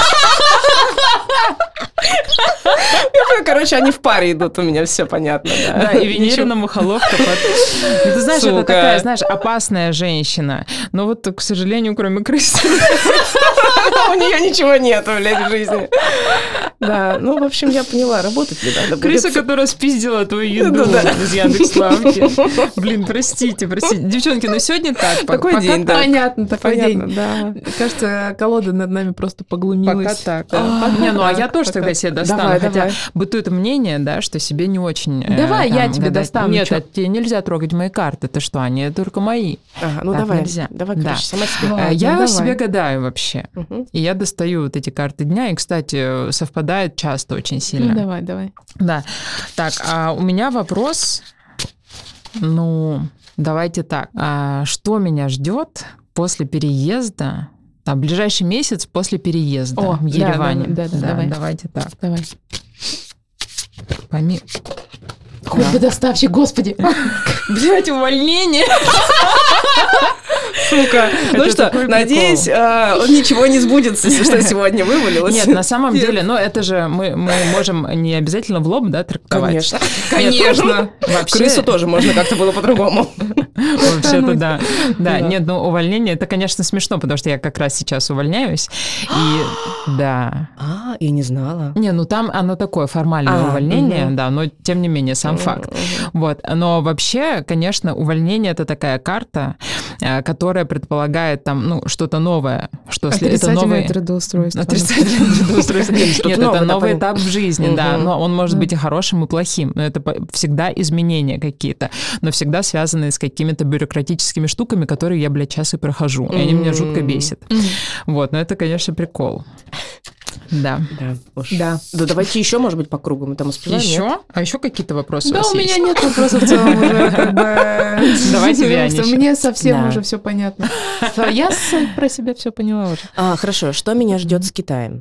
Короче, они в паре идут, у меня все понятно. Да, да и Венерина мухоловка. Под... Ты знаешь, Сука. Это такая, знаешь, опасная женщина. Но вот, к сожалению, кроме крысы. У нее ничего нету, блядь, в жизни. Да, ну, в общем, я поняла, работать не надо. Крыса, которая спиздила твою еду из Яндекс.Лавки. Блин, простите, простите. Девчонки, ну сегодня так. Такой день, да. Понятно, такой день. Да. Кажется, колода над нами просто поглумилась. Пока так. Не, ну а я тоже тогда себе достану. Хотя бытует мнение, да, что себе не очень... Давай, я тебе достану. Нет, тебе нельзя трогать мои карты. Ты что, они только мои. Ага, ну давай. Нельзя. Давай, короче, сама себе. Я себе гадаю вообще. И я достаю вот эти карты дня. И, кстати, совпадает часто очень сильно. Ну, давай, давай. Да. Так, а у меня вопрос, ну, давайте так. А что меня ждет после переезда, там, ближайший месяц после переезда О, в Ереване? Да, да, да, да, давай. Давайте так. Давай. Поми... Хоть бы доставщик, господи. Блять, увольнение. Сука. Ну что, надеюсь, он ничего не сбудется, что сегодня вывалилось. Нет, на самом деле, ну это же мы можем не обязательно в лоб, да, трактовать. Конечно. Конечно. Крысу тоже можно как-то было по-другому. Вообще-то да. Да, нет, ну увольнение, это, конечно, смешно, потому что я как раз сейчас увольняюсь. И да. А, я не знала. Не, ну там оно такое формальное увольнение, да, но тем не менее сам факт. Вот. Но вообще, конечно, увольнение — это такая карта, которая предполагает там, ну, что-то новое. Что это новое трудоустройство. Отрицательное трудоустройство. Нет, это новый этап в жизни, да. Но он может быть и хорошим, и плохим. Но это всегда изменения какие-то, но всегда связанные с какими-то бюрократическими штуками, которые я, блядь, сейчас и прохожу. И они меня жутко бесят. Вот, но это, конечно, прикол. Да. Да, уж. Да. Да, давайте еще, может быть, по кругу мы там успеваем. Еще? Нет? А еще какие-то вопросы да, у вас у есть? меня нет вопросов в целом уже, как бы... Давайте, Вианич. Мне совсем уже все понятно. Я про себя все поняла уже. А, хорошо, что меня ждет с Китаем?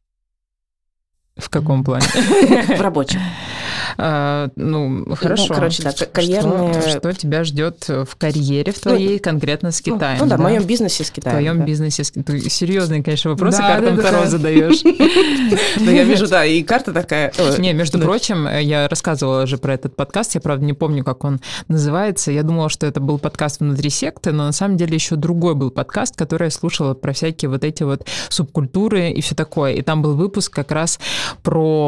В каком плане? В рабочем. А, ну, хорошо. Ну, короче, да, карьерные... Что, что тебя ждет в карьере в твоей, ну, конкретно с Китаем? Ну, ну да, в моем бизнесе с Китаем. В твоем да. бизнесе с Китаем. Ты серьезные, конечно, вопросы да, картам да, Таро да. задаешь. Ну, я вижу, да, и карта такая... Не, между прочим, я рассказывала же про этот подкаст, я, правда, не помню, как он называется. Я думала, что это был подкаст «Внутри секты», но на самом деле еще другой был подкаст, который я слушала про всякие вот эти вот субкультуры и все такое. И там был выпуск как раз про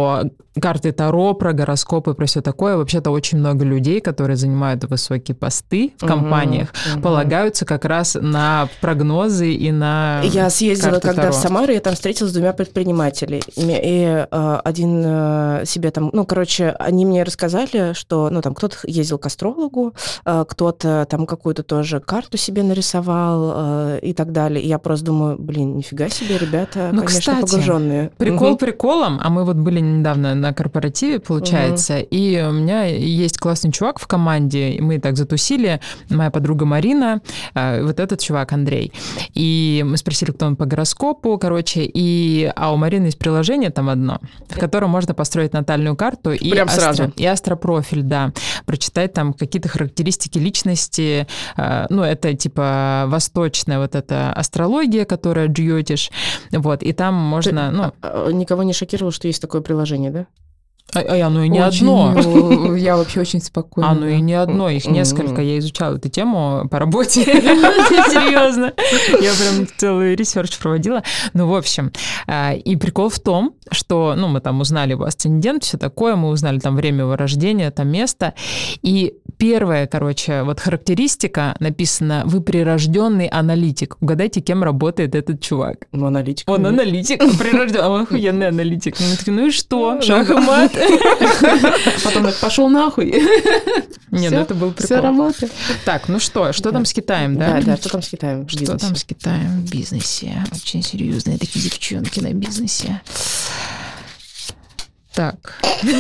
карты Таро, про гороскопы, про все такое. Вообще-то очень много людей, которые занимают высокие посты в компаниях, угу, угу. полагаются как раз на прогнозы и на Я съездила карты когда Таро. в Самару, я там встретилась с двумя предпринимателями. И э, один э, себе там... Ну, короче, они мне рассказали, что ну, там кто-то ездил к астрологу, э, кто-то там какую-то тоже карту себе нарисовал э, и так далее. И я просто думаю, блин, нифига себе, ребята, ну, конечно, кстати, погруженные. Прикол угу. приколом, а мы вот были недавно на корпоративе, получается, угу. и у меня есть классный чувак в команде, и мы так затусили, моя подруга Марина, э, вот этот чувак Андрей. И мы спросили, кто он по гороскопу, короче, и... А у Марины есть приложение там одно, в котором можно построить натальную карту и, Прям астро... сразу. и астропрофиль, да, прочитать там какие-то характеристики личности, э, ну, это типа восточная вот эта астрология, которая джьотиш, вот, и там можно, Ты, ну... а, а, никого не шокировало, что есть такое приложение, да? А, а оно и не очень, одно. Я вообще очень спокойна. Оно и не одно, их несколько. Я изучала эту тему по работе. Серьезно. Я прям целый ресерч проводила. Ну, в общем, и прикол в том, что, ну, мы там узнали его асцендент, все такое, мы узнали там время его рождения, там место. И первая, короче, вот характеристика написана: вы прирожденный аналитик. Угадайте, кем работает этот чувак. Ну, аналитик. Он аналитик, прирожденный, он охуенный аналитик. Ну и что? Шах и мат. Потом так, пошел нахуй. Нет, ну это был прикол. Все работает. Так, ну что, что там с Китаем, да? Да, да, что там с Китаем? Что там с Китаем в бизнесе? Очень серьезные такие девчонки на бизнесе. Так.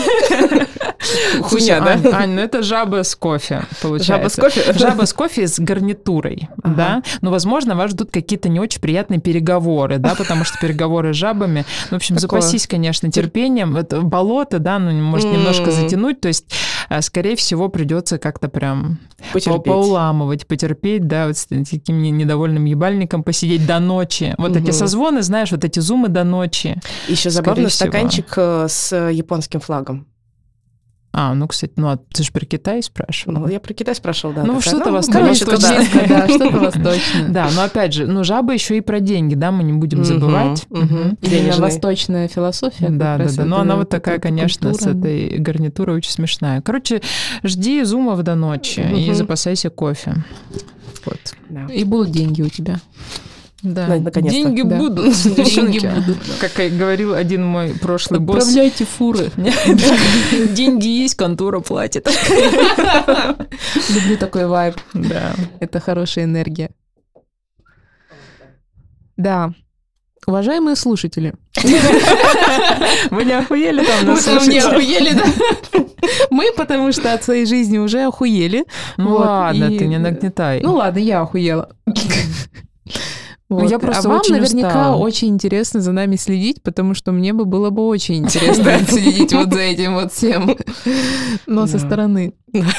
Хуйня, да? Ань, Ань, ну это жаба с кофе, получается. Жаба с кофе? Жаба с кофе с гарнитурой, ага. да? Но, возможно, вас ждут какие-то не очень приятные переговоры, да, потому что переговоры с жабами, ну, в общем, Такое. запасись, конечно, терпением. Это болото, да, ну, может mm. немножко затянуть, то есть, скорее всего, придется как-то прям потерпеть. Поуламывать, потерпеть, да, вот с таким недовольным ебальником посидеть до ночи. Вот mm-hmm. эти созвоны, знаешь, вот эти зумы до ночи. Еще забавно стаканчик с японским флагом. А, ну, кстати, ну, а ты же про Китай спрашивал? Ну, я про Китай спрашивал, да. Ну, такая, что-то ну, восточное. Да, что-то восточное. Да, но опять же, ну, жаба еще и про деньги, да, мы не будем забывать. Именно восточная философия. Да, да, да. Но она вот такая, конечно, с этой гарнитурой очень смешная. Короче, жди зумов до ночи и запасайся кофе. Вот. И будут деньги у тебя. Да, наконец-то. Деньги да. будут. Деньги будут. Как говорил один мой прошлый босс. Отправляйте фуры. Деньги есть, контора платит. Люблю такой вайб. Да. Это хорошая энергия. Да. Уважаемые слушатели. Вы не охуели там на слушателей? Мы не охуели, да. Мы, потому что от своей жизни уже охуели. Ну ладно, ты не нагнетай. Ну ладно, я охуела. Вот. Я просто а вам очень наверняка устала. Очень интересно за нами следить, потому что мне бы было бы очень интересно следить вот за этим вот всем. Но со стороны.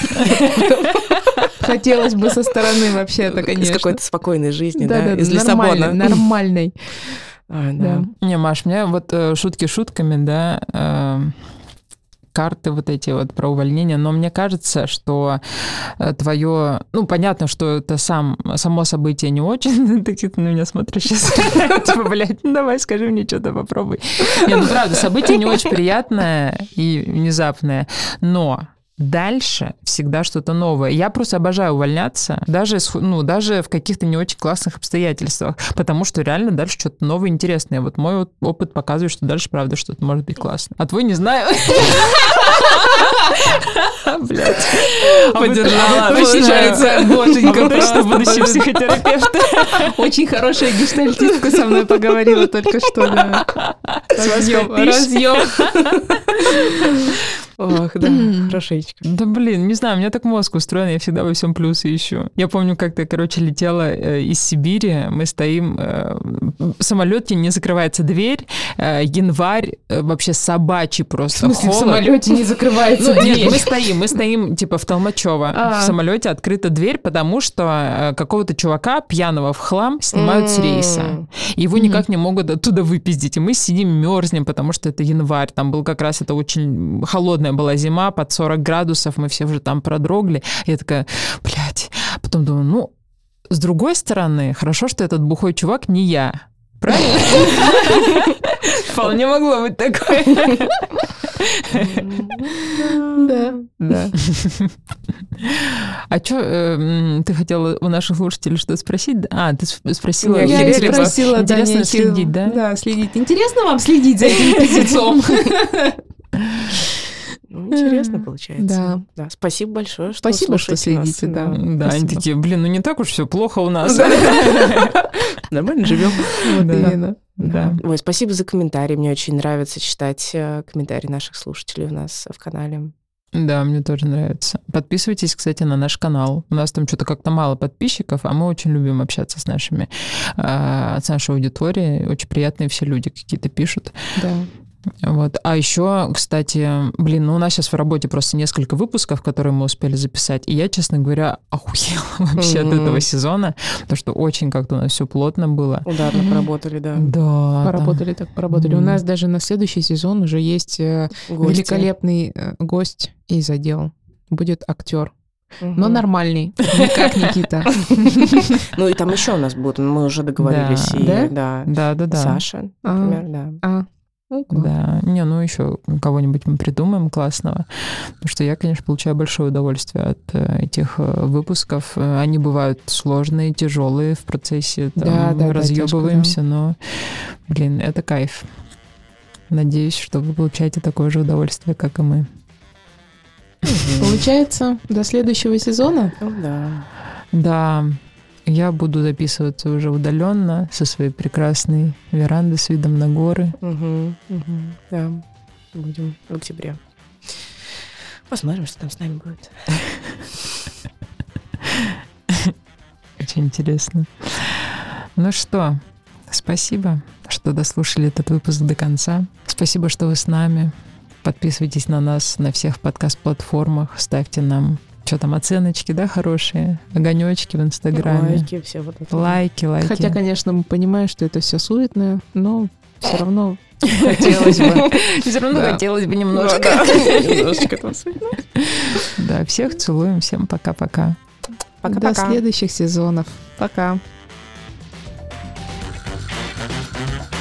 Хотелось бы со стороны вообще-то, конечно. Из какой-то спокойной жизни, да? Из Лиссабона. Нормальной. Не, Маш, мне вот шутки шутками, да, карты вот эти вот про увольнение, но мне кажется, что твое... Ну, понятно, что это сам, само событие не очень. Ты на меня смотришь сейчас. Типа, блядь, ну давай, скажи мне что-то, попробуй. Не, ну правда, событие не очень приятное и внезапное, но... Дальше всегда что-то новое. Я просто обожаю увольняться, даже, ну, даже в каких-то не очень классных обстоятельствах, потому что реально дальше что-то новое, интересное. Вот мой опыт показывает, что дальше, правда, что-то может быть классно. А твой не знаю. Блядь. Поддержала. Получается, боженька, точно будущий психотерапевт. Очень хорошая гештальтистка со мной поговорила только что. Разъем. Разъем. Ох, да, хорошечко. Да блин, не знаю, у меня так мозг устроен, я всегда во всем плюсы ищу. Я помню, как-то, короче, летела э, из Сибири, мы стоим, э, в самолете не закрывается дверь, э, январь, э, вообще собачий просто. В смысле, холод. в самолете не закрывается ну, дверь? Нет, мы стоим, мы стоим типа в Толмачево. А-а-а. В самолете открыта дверь, потому что э, какого-то чувака пьяного в хлам снимают с рейса. И его никак не могут оттуда выпиздить. И мы сидим, мерзнем, потому что это январь. Там был как раз это очень холодная была зима, под сорок градусов, мы все уже там продрогли. Я такая, блядь. Потом думаю, ну, с другой стороны, хорошо, что этот бухой чувак не я. Правильно? Вполне могло быть такое. Да. Да. А что ты хотела у наших слушателей что спросить? А, ты спросила... Я интересно, спросила, да, интересно некие- следить, да? Да, следить. Интересно вам следить за этим птенцом? Ну, интересно получается. Да. Да. Спасибо большое, что Спасибо, что слушаете нас. следите, да. Да, они Спасибо. такие, блин, ну не так уж все плохо у нас. Нормально живем. Вот Да. именно. Да. Ой, спасибо за комментарии. Мне очень нравится читать э, комментарии наших слушателей у нас в канале. Да, мне тоже нравится. Подписывайтесь, кстати, на наш канал. У нас там что-то как-то мало подписчиков, а мы очень любим общаться с нашими, э, с нашей аудиторией. Очень приятные все люди какие-то пишут. Да. Вот. А еще, кстати, блин, ну у нас сейчас в работе просто несколько выпусков, которые мы успели записать, и я, честно говоря, охуела вообще от Мгм. этого сезона, потому что очень как-то у нас все плотно было. Ударно Мгм. поработали, да. Да. Поработали так, поработали. У Мгм. нас даже на следующий сезон уже есть э, Гости. великолепный э, гость из отдела. Будет актер. Мгм. Но нормальный, не как Никита. Ну и там еще у нас будут, мы уже договорились. Да. и, Да? да. Да, да, да. Саша, А. например, да. А, ну, класс. Да, не, ну еще кого-нибудь мы придумаем классного, потому что я, конечно, получаю большое удовольствие от э, этих э, выпусков. Э, Они бывают сложные, тяжелые в процессе, там, Да, да, да, разъебываемся, но, блин, это кайф. Надеюсь, что вы получаете такое же удовольствие, как и мы. Получается, до следующего сезона? Ну да. Да, я буду записываться уже удаленно со своей прекрасной веранды с видом на горы. Мгм, мгм, да. Будем в октябре. Посмотрим, что там с нами будет. Очень интересно. Ну что, спасибо, что дослушали этот выпуск до конца. Спасибо, что вы с нами. Подписывайтесь на нас на всех подкаст-платформах, ставьте нам, что там, оценочки, да, хорошие, огонечки в Инстаграме, Лайки, все вот это. лайки, лайки. Хотя, конечно, мы понимаем, что это все суетное, но все равно хотелось бы. Все равно Да. хотелось бы немножко. Немножечко там светло. Да, всех целуем, всем пока-пока. До Пока-пока. следующих сезонов. Пока.